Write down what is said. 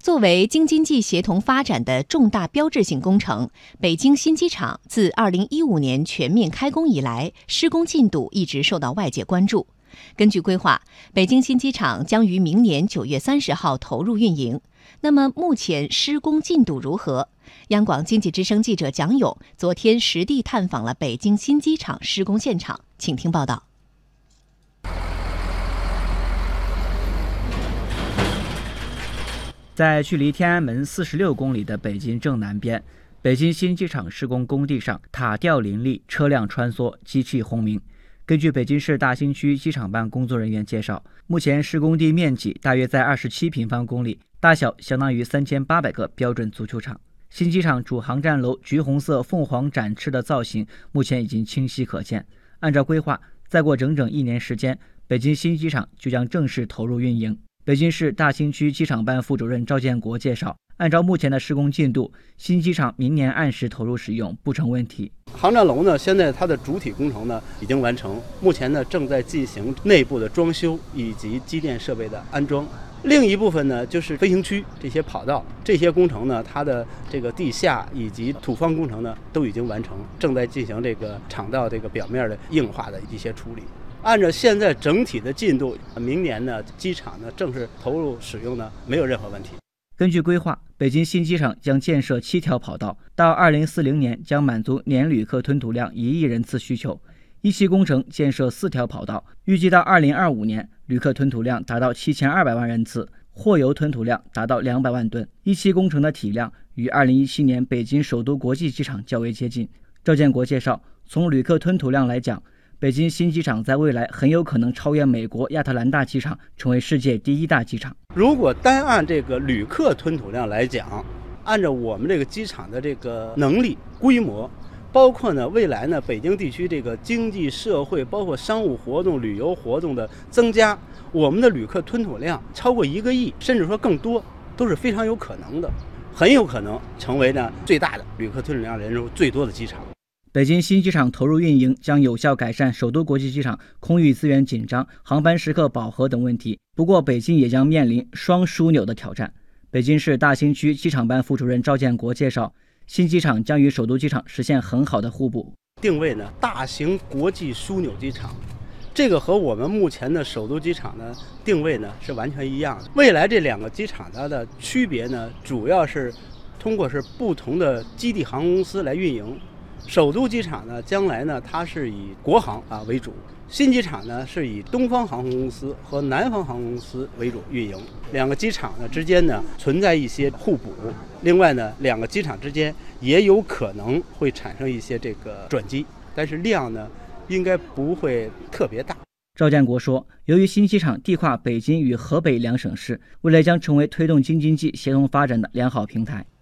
作为京津冀协同发展的重大标志性工程，北京新机场自2015年全面开工以来，施工进度一直受到外界关注。根据规划，北京新机场将于明年9月30号投入运营。那么目前施工进度如何？央广经济之声记者蒋勇昨天实地探访了北京新机场施工现场，请听报道。 在距离天安门46公里的北京正南边，北京新机场施工工地上塔吊林立，车辆穿梭，机器轰鸣。根据北京市大兴区机场办工作人员介绍，目前施工地面积大约在27平方公里，大小相当于3800个标准足球场。新机场主航站楼橘红色凤凰展翅的造型目前已经清晰可见。按照规划，再过整整1年时间，北京新机场就将正式投入运营。北京市大兴区机场办副主任赵建国介绍，按照目前的施工进度，新机场明年按时投入使用不成问题。 航站楼呢，现在它的主体工程呢已经完成，目前呢正在进行内部的装修以及机电设备的安装。另一部分呢就是飞行区这些跑道，这些工程呢，它的这个地下以及土方工程呢都已经完成，正在进行这个场道这个表面的硬化的一些处理。按照现在整体的进度，明年呢机场呢正式投入使用呢没有任何问题。 根据规划，北京新机场将建设7条跑道，到2040年将满足年旅客吞吐量1亿人次需求。一期工程建设4条跑道，预计到2025年旅客吞吐量达到7200万人次，货油吞吐量达到200万吨。一期工程的体量与2017年北京首都国际机场较为接近。赵建国介绍，从旅客吞吐量来讲，北京新机场在未来很有可能超越美国亚特兰大机场，成为世界第1大机场。 如果单按这个旅客吞吐量来讲，按照我们这个机场的这个能力规模，包括呢未来呢北京地区这个经济社会包括商务活动、旅游活动的增加，我们的旅客吞吐量超过1个亿，甚至说更多，都是非常有可能的，很有可能成为呢最大的旅客吞吐量人数最多的机场。 北京新机场投入运营将有效改善首都国际机场空域资源紧张、航班时刻饱和等问题。不过，北京也将面临双枢纽的挑战。北京市大兴区机场办副主任赵建国介绍，新机场将与首都机场实现很好的互补。 定位呢，大型国际枢纽机场，这个和我们目前的首都机场呢定位呢是完全一样的。未来这2个机场它的区别呢，主要是通过是不同的基地航空公司来运营。首都机场呢，将来呢，它是以国航为主；新机场呢，是以东方航空公司和南方航空公司为主运营。2个机场呢之间呢存在一些互补，另外呢，2个机场之间也有可能会产生一些这个转机，但是量呢应该不会特别大。 赵建国说，由于新机场地跨北京与河北2省市，未来将成为推动京津冀协同发展的良好平台。